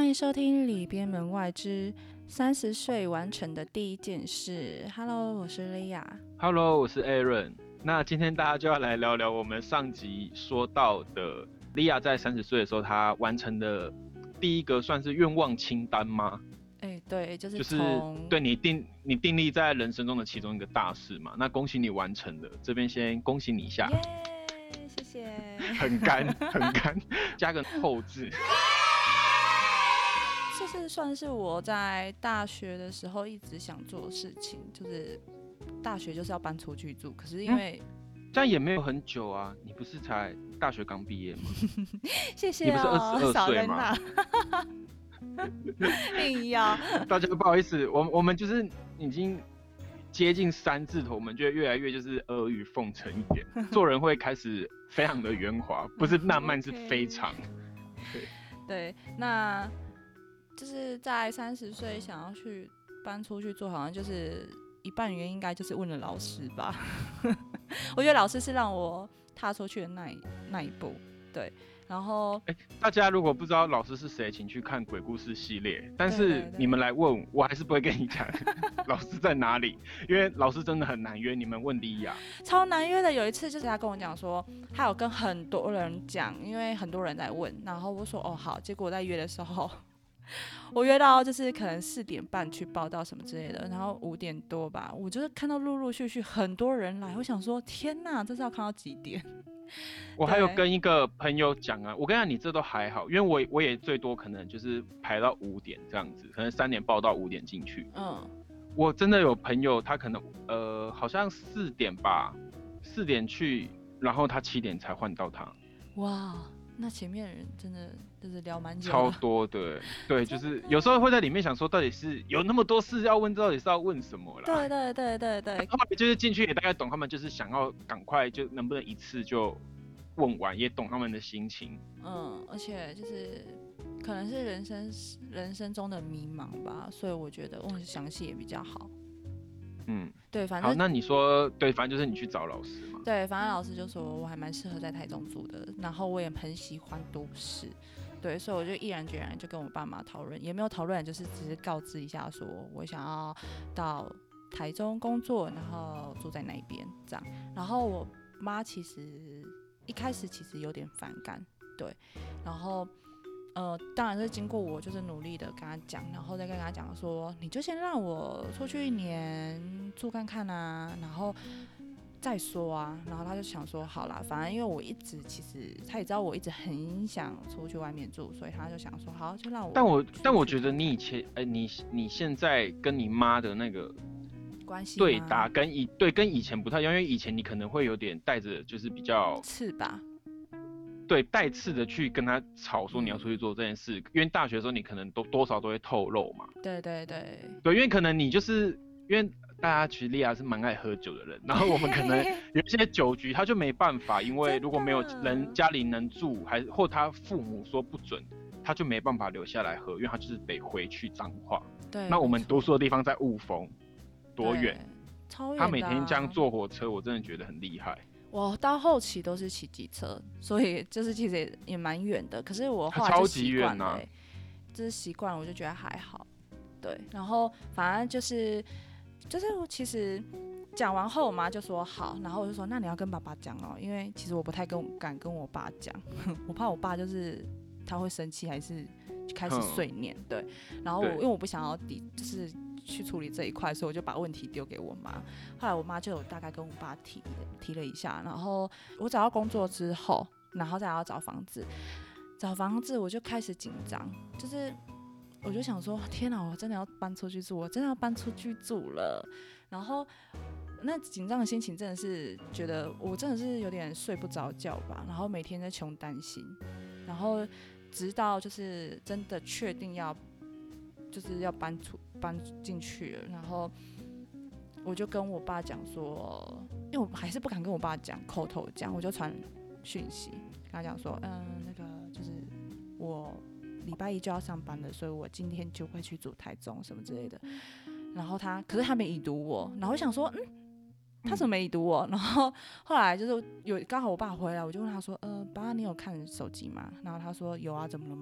欢迎收听里边门外之30岁完成的第一件事。Hello， 我是 Leah。 Hello， 我是 Aaron。那今天大家就要来聊聊我们上集说到的Leah在30岁的时候，她完成的第一个算是愿望清单吗？ 对，就是对你订立在人生中的其中一个大事嘛。那恭喜你完成了，这边先恭喜你一下。 耶，谢谢。 很干，加个后字。 这是算是我在大学的时候一直想做的事情，就是大学就是要搬出去住，可是因为这样也没有很久啊，你不是才大学刚毕业吗？ 谢谢你不是22岁吗？ 硬要大家不好意思，我们就是已经接近3字头，我们就越来越就是阿谀奉承一点，做人会开始非常的圆滑，不是浪漫，是非常。 对，那就是在30岁想要去搬出去住，好像就是一半原因应该就是问了老师吧。我觉得老师是让我踏出去的那一步，对。然后， 大家如果不知道老师是谁，请去看鬼故事系列。但是你们来问我，还是不会跟你讲老师在哪里，因为老师真的很难约。你们问Leah， 超难约的。有一次就是他跟我讲说，他有跟很多人讲，因为很多人在问，然后我说哦好，结果我在约的时候，我约到就是可能4点半去报到什么之类的，然后5点多吧，我就是看到陆陆续续很多人来，我想说天哪，这是要看到几点？ 我还有跟一个朋友讲啊，我跟你讲，你这都还好，因为我也最多可能就是排到5点这样子，可能3点报到5点进去。我真的有朋友，他可能好像4点吧，4点去，然后他7点才换到他。 哇，那前面的人真的就是聊蛮久的， 超多的，对，就是有时候会在里面想说，到底是有那么多事要问，到底是要问什么啦？ 对。 后来就是进去也大概懂他们就是想要赶快就能不能一次就问完，也懂他们的心情。 而且就是可能是人生中的迷茫吧，所以我觉得问详细也比较好。对，反正好，那你说对，反正就是你去找老师嘛。 对，反正老师就说我还蛮适合在台中住的，然后我也很喜欢都市，对，所以我就毅然决然就跟我爸妈讨论，也没有讨论，就是只是告知一下说我想要到台中工作，然后住在那边这样。然后我妈其实一开始其实有点反感，对，然后当然是经过我就是努力的跟他讲，然后再跟他讲说，你就先让我出去1年住看看啊，然后再说啊。然后他就想说，好啦，反正因为我一直其实他也知道我一直很想出去外面住，所以他就想说，好，就让我。 但我觉得你以前，你现在跟你妈的那个关系对答跟以前不太一样，因为以前你可能会有点带着就是比较刺吧。 对，带刺的去跟他吵说你要出去做这件事，因为大学的时候你可能多少都会透露嘛。 对， 因为可能你就是因为大家其实Leah是蛮爱喝酒的人，然后我们可能有一些酒局他就没办法，因为如果没有人家里能住，或他父母说不准，他就没办法留下来喝，因为他就是得回去彰化。 对， 那我们读书的地方在雾峰，多远？ 超远的啊。 他每天这样坐火车，我真的觉得很厉害。 我到后期都是骑机车，所以就是其实也蛮远的。可是我后来就习惯了，就是习惯了，我就觉得还好。对，然后反正就是我其实讲完后，我妈就说好，然后我就说那你要跟爸爸讲哦，因为其实我不太敢跟我爸讲，我怕我爸就是他会生气，还是开始碎念。对，然后因为我不想要就是去处理这一块，所以我就把问题丢给我妈。后来我妈就有大概跟我爸提了一下，然后我找到工作之后，然后再要找房子，我就开始紧张，就是我就想说，天哪，我真的要搬出去住，我真的要搬出去住了。然后那紧张的心情真的是觉得我真的是有点睡不着觉吧，然后每天在穷担心，然后直到就是真的确定就是要搬进去了，然后我就跟我爸讲说，因为我还是不敢跟我爸讲，口头讲，我就传讯息跟他讲说，那个就是我礼拜1就要上班了，所以我今天就会去住台中什么之类的。然后可是他没已读我，然后我想说，他怎么没已读我？然后后来就是刚好我爸回来，我就问他说，爸，你有看手机吗？然后他说有啊，怎么了吗？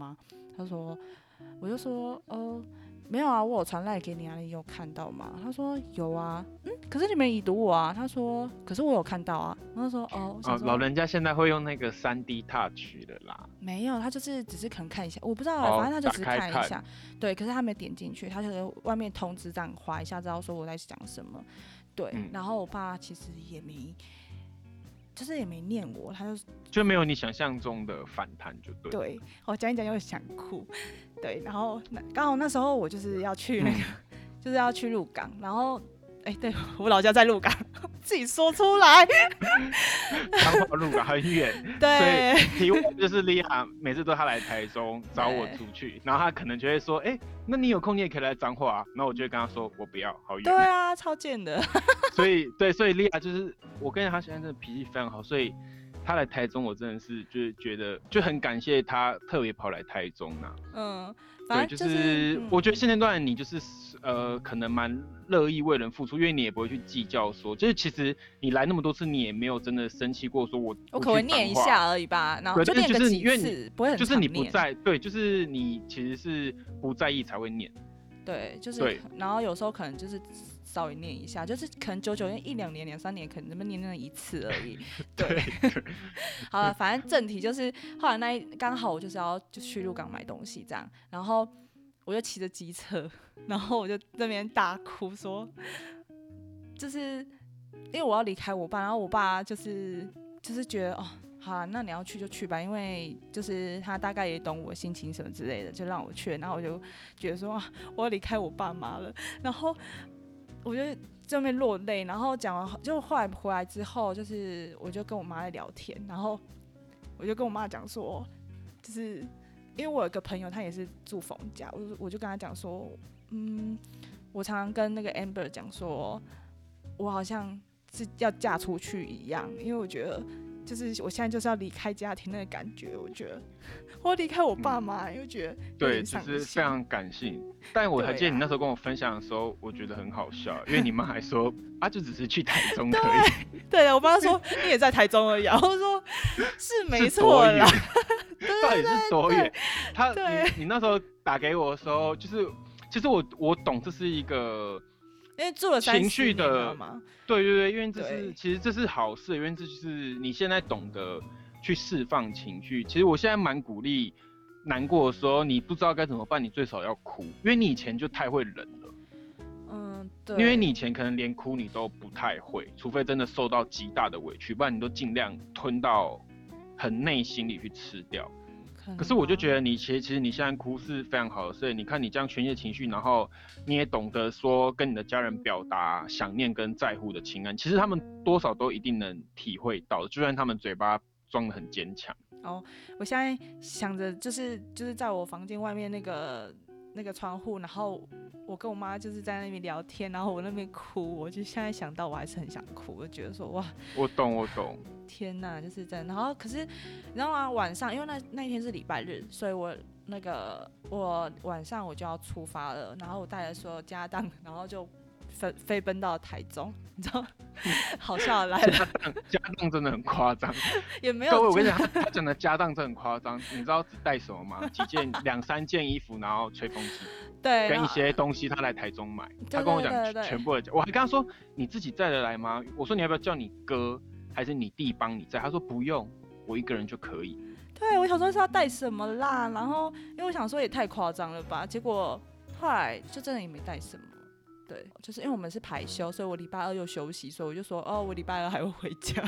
我就说没有啊，我有传赖给你啊，你有看到吗？他说有啊，可是你没已读我啊。他说可是我有看到啊。然后说老人家现在会用那个3D Touch 的啦。 没有，他就是只是可能看一下，我不知道，反正他就只是看一下，对，可是他没点进去，他就在外面通知这样滑一下，知道说我在讲什么，对，然后我爸其实也没念我，他就没有你想象中的反弹，就对。 对，我讲一讲又想哭，对，然后刚好那时候我就是要去那个，就是要去鹿港，然后对我老家在鹿港，自己说出来， 彰化鹿港很远， 对， 所以题外就是莉亚每次都他来台中找我出去，然后他可能就会说，那你有空你也可以来彰化啊，然后我就会跟他说我不要，好远。 对啊，超贱的。 所以莉亚就是我跟他现在真的脾气非常好，所以他来台中我真的是就是觉得就很感谢他特别跑来台中啊。 反正就是我觉得现阶段你就是可能蛮乐意为人付出，因为你也不会去计较说，就是其实你来那么多次，你也没有真的生气过，说我可能会念一下而已吧，然后就念个几次，不会很常念。 就是你不在，对，就是你其实是不在意才会念。 对，就是，然后有时候可能就是稍微念一下，就是可能久1-2年、2-3年，可能能念那一次而已。对，好了，反正正题就是后来刚好我就是就去鹿港买东西这样，然后我就骑着机车，然后我就那边大哭说，就是因为我要离开我爸，然后我爸就是觉得好啊，那你要去就去吧，因为就是他大概也懂我心情什么之类的，就让我去。然后我就觉得说我要离开我爸妈了，然后我就在那边落泪。然后讲完，就后来回来之后，就是我就跟我妈在聊天，然后我就跟我妈讲说，就是因为我有个朋友，他也是住逢甲，我就跟他讲说，我常常跟那个 Amber 讲说，我好像是要嫁出去一样，因为我觉得。就是我现在就是要离开家庭那个感觉，我觉得我要离开我爸妈，因为觉得对，就是非常感性。但我还记得你那时候跟我分享的时候，我觉得很好笑，因为你妈还说就只是去台中可以。 对，我妈说你也在台中而已，然后说是没错啦。 到底是多远？你那时候打给我的时候，就是其实我懂这是一个。 因为住了情绪的嘛， 对，因为其实这是好事，因为这就是你现在懂得去释放情绪。其实我现在蛮鼓励难过的时候，你不知道该怎么办，你最少要哭，因为你以前就太会忍了。 对， 因为你以前可能连哭你都不太会，除非真的受到极大的委屈，不然你都尽量吞到很内心里去吃掉。可是我就觉得你其实你现在哭是非常好的，所以你看你这样宣泄情绪，然后你也懂得说跟你的家人表达想念跟在乎的情感，其实他们多少都一定能体会到，就算他们嘴巴装得很坚强。 我现在想着就是在我房间外面那个窗户，然后我跟我妈就是在那边聊天，然后我那边哭，我就现在想到我还是很想哭，我觉得说哇， 我懂。 天哪，就是这样。然后可是你知道吗？晚上因为那一天是礼拜日，所以我晚上我就要出发了，然后我带了所有家当，然后就飞奔到台中，你知道，好笑来了。 家当真的很夸张， 也没有。 各位，我跟你讲，他讲的家当真的很夸张。你知道只带什么吗？几件2-3件衣服，然后吹风机， 对， 跟一些东西，他来台中买。他跟我讲全部的，我还跟他说你自己载得来吗？我说你要不要叫你哥还是你弟帮你载？他说不用，我一个人就可以。 对，我想说是要带什么啦，然后因为我想说也太夸张了吧，结果后来就真的也没带什么。对，就是因为我们是排休，所以我礼拜2又休息，所以我就说我礼拜2还会回家。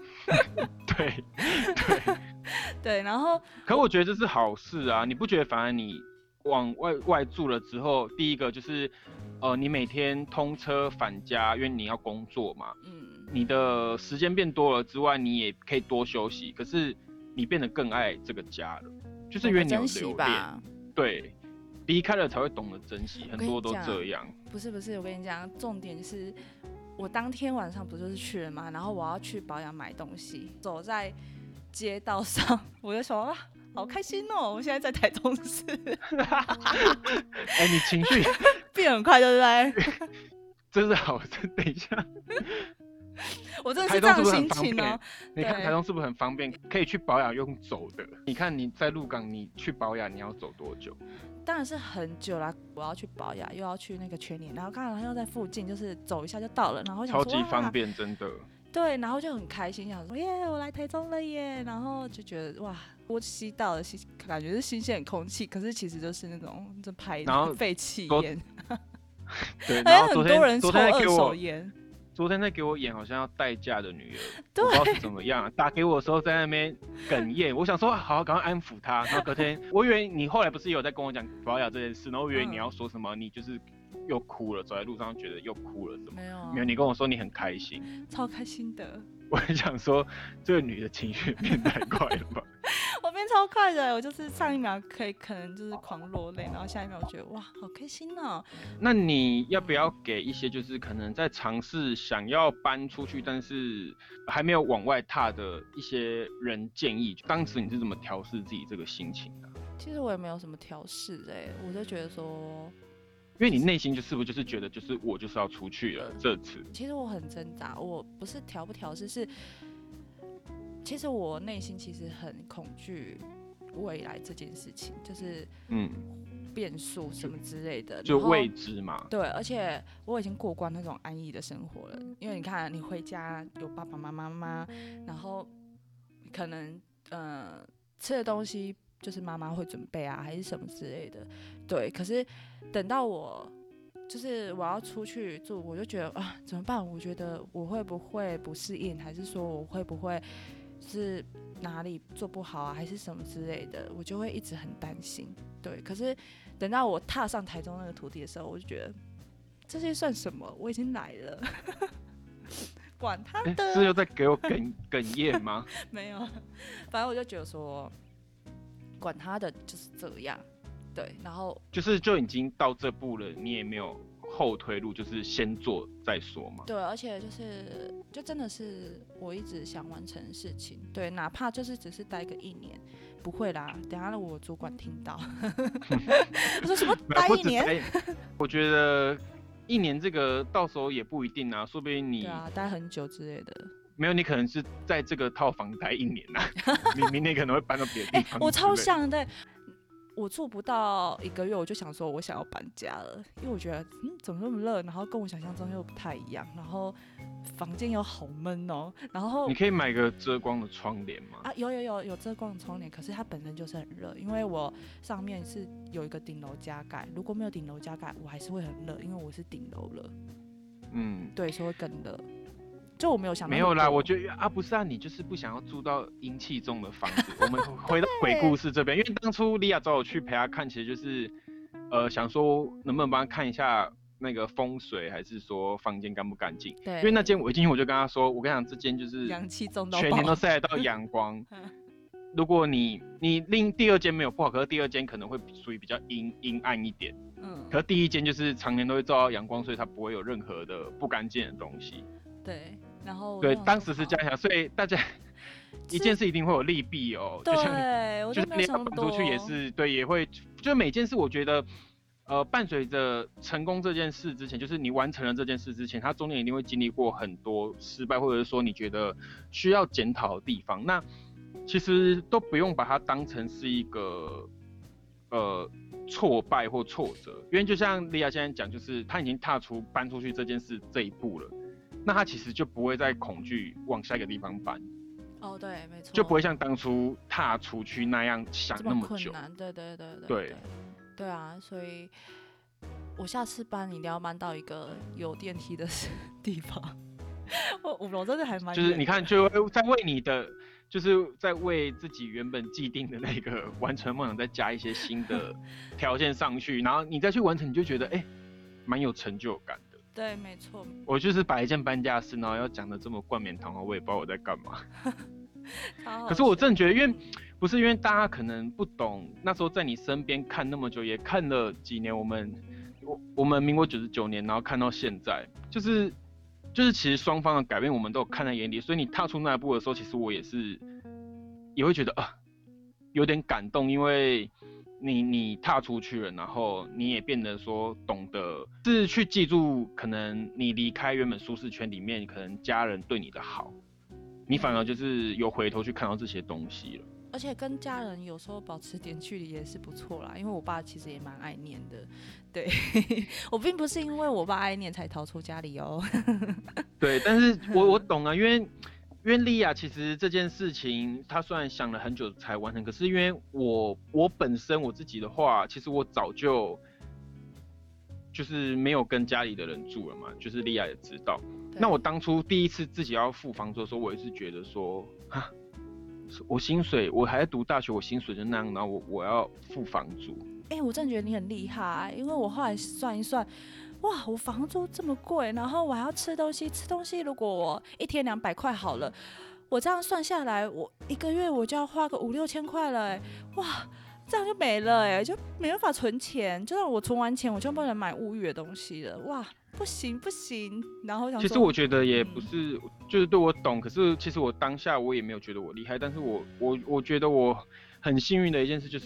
对，然后可我觉得这是好事啊，你不觉得？反而你往外住了之后，第一个就是你每天通车返家，因为你要工作嘛，你的时间变多了之外，你也可以多休息，可是你变得更爱这个家了，就是因为你有留恋。对。离开了才会懂得珍惜，很多都这样。 不是，我跟你讲，重点就是我当天晚上不就是去了吗？然后我要去保养买东西，走在街道上，我就说好开心哦！我现在在台中市。 你情绪变很快，对不对？ 这是好事。等一下， 我真的是这样的心情哦。你看台中是不是很方便？可以去保养用走的。你看你在鹿港，你去保养你要走多久？ 当然是很久啦。我要去保养，又要去那个全联，然后刚好又在附近，就是走一下就到了，然后想说超级方便，真的。 对，然后就很开心，想说耶，我来台中了耶，然后就觉得哇，我吸到了感觉是新鲜的空气，可是其实就是那种就排废气烟， 对，然后很多人抽二手烟。 昨天在给我演好像要代驾的女儿，我不知道是怎么样，打给我的时候在那边哽咽，我想说好，赶快安抚她。然后隔天，我以为你后来不是有在跟我讲保养这件事，然后我以为你要说什么，你就是又哭了，走在路上觉得又哭了什么？没有，你跟我说你很开心， 超开心的。 我很想说，这个女的情绪变太快了吧？ 我变超快的，我就是上一秒可能就是狂落泪，然后下一秒我觉得哇，好开心哦。 那你要不要给一些就是可能在尝试想要搬出去，但是还没有往外踏的一些人建议？当时你是怎么调试自己这个心情的？ 其实我也没有什么调试我就觉得说。 因为你内心是不是就是觉得就是我就是要出去了这次？ 其实我很挣扎，我不是调不调试，是其实我内心其实很恐惧未来这件事情，就是变数什么之类的， 就未知嘛。 对，而且我已经过惯那种安逸的生活了，因为你看你回家有爸爸妈妈，然后可能吃的东西就是妈妈会准备啊，还是什么之类的。对，可是等到我要出去住，我就觉得啊，怎么办？我觉得我会不会不适应，还是说我会不会是哪里做不好啊，还是什么之类的，我就会一直很担心。对，可是等到我踏上台中那个土地的时候，我就觉得这些算什么？我已经来了，管他的。 是又在给我哽咽吗？ 没有，反正我就觉得说，管他的，就是这样。对，然后就已经到这步了，你也没有后退路，就是先做再说嘛。 对，而且就真的是我一直想完成的事情。对，哪怕就是只是待个1年，不会啦，等下我主管听到，我说什么待1年？ 我觉得1年这个到时候也不一定啊，说不定你对啊，待很久之类的。 没有，你可能是在这个套房待1年啊，你明年可能会搬到别的地方。 我超想的。我住不到1个月，我就想说我想要搬家了，因为我觉得怎么那么热，然后跟我想象中又不太一样，然后房间又好闷哦，然后你可以买个遮光的窗帘吗？ 啊，有遮光的窗帘，可是它本身就是很热，因为我上面是有一个顶楼加盖，如果没有顶楼加盖，我还是会很热，因为我是顶楼了。对，所以会更热。就我没有想到没有啦，我觉得啊不是啊，你就是不想要住到阴气重的房子。我们回到鬼故事这边，因为当初莉亚找我去陪她看，其实就是想说能不能帮她看一下那个风水，还是说房间干不干净。 对， 因为那间我一进去我就跟她说，我跟你讲这间就是阳气重到全年都晒得到阳光。如果你第2间没有不好，可是第2间可能会属于比较阴暗一点。可是第1间就是常年都会照到阳光，所以它不会有任何的不干净的东西。 对，然后对，当时是这样想，所以大家一件事一定会有利弊哦。 对， 就是你要搬出去也是对，也会就是每件事，我觉得伴随着成功这件事之前，就是你完成了这件事之前，它中间一定会经历过很多失败，或者是说你觉得需要检讨的地方。那其实都不用把它当成是一个挫败或挫折，因为就像莉亚现在讲，就是他已经踏出搬出去这件事这一步了。那他其实就不会再恐惧往下一个地方搬。 哦，对，没错， 就不会像当初踏出去那样想那么久。 困难，对啊，所以我下次搬一定要搬到一个有电梯的地方。我真的还蛮就是你看，就在为你的，就是在为自己原本既定的那个完成梦想再加一些新的条件上去，然后你再去完成，你就觉得蛮有成就感的。 对，没错。 我就是摆一件搬家的事，然后要讲的这么冠冕堂皇，我也不知道我在干嘛。可是我真的觉得，因为大家可能不懂，那时候在你身边看那么久，也看了几年，我们民国99年，然后看到现在，就是其实双方的改变，我们都有看在眼里。所以你踏出那一步的时候，其实我也会觉得有点感动，因为你踏出去了，然后你也变得说懂得是去记住，可能你离开原本舒适圈里面，可能家人对你的好，你反而就是有回头去看到这些东西了。 而且跟家人有时候保持点距离也是不错啦，因为我爸其实也蛮爱念的，对我并不是因为我爸爱念才逃出家里哦。 对，但是我懂啊，因为莉亚其实这件事情，她虽然想了很久才完成，可是因为我本身我自己的话，其实我早就是没有跟家里的人住了嘛，就是莉亚也知道。那我当初第一次自己要付房租的时候，我也是觉得说，哈，我薪水我还在读大学，我薪水就那样，然后我要付房租。 我真的觉得你很厉害，因为我后来算一算。哇，我房租这么贵，然后我还要吃东西，如果我一天200块好了，我这样算下来，我一个月我就要花个5、6千块了，哇，这样就没了，就没办法存钱，就算我存完钱，我就不能买物欲的东西了，哇，不行。然后想说， 其实我觉得也不是，就是对我懂，可是其实我当下我也没有觉得我厉害，但是我觉得我很幸运的一件事就是，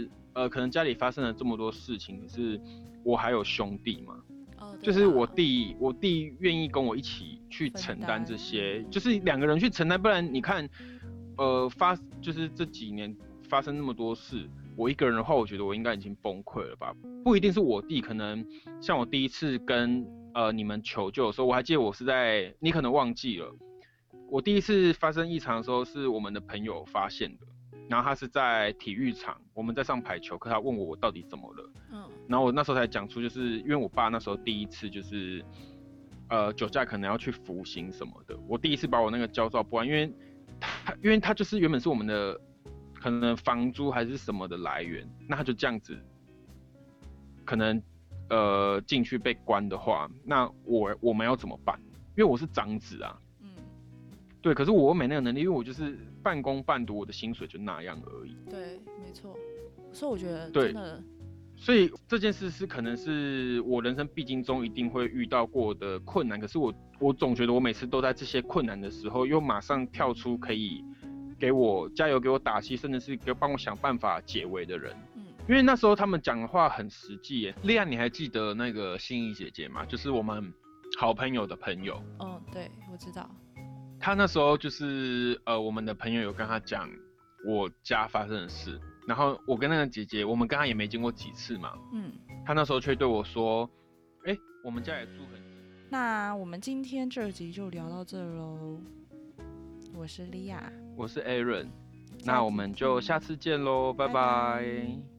可能家里发生了这么多事情，可是我还有兄弟嘛。就是我弟愿意跟我一起去承担这些，就是2个人去承担，不然你看，就是这几年发生那么多事，我一个人的话，我觉得我应该已经崩溃了吧？不一定是我弟，可能像我第一次跟你们求救的时候，我还记得我是在，你可能忘记了，我第一次发生异常的时候是我们的朋友发现的。然后他是在体育场，我们在上排球，可他问我到底怎么了，然后我那时候才讲出，就是因为我爸那时候第一次就是，酒驾可能要去服刑什么的，我第一次把我那个焦躁不安，因为他就是原本是我们的可能房租还是什么的来源，那他就这样子，可能进去被关的话，那我们要怎么办？因为我是长子啊。对，可是我又没那个能力，因为我就是半工半读，我的薪水就那样而已。 对，没错。所以我觉得真的， 所以这件事是可能是我人生必经中一定会遇到过的困难。可是我总觉得我每次都在这些困难的时候，又马上跳出可以给我加油、给我打气，甚至是帮我想办法解围的人。因为那时候他们讲的话很实际耶。莉亚，你还记得那个心怡姐姐吗？就是我们好朋友的朋友。 对，我知道。 他那时候就是我们的朋友有跟他讲我家发生的事，然后我跟那个姐姐，我们跟他也没见过几次嘛，他那时候却对我说，我们家也住很近。 那我们今天这集就聊到这喽。我是莉亚， 我是 Aaron，那我们就下次见喽，拜拜。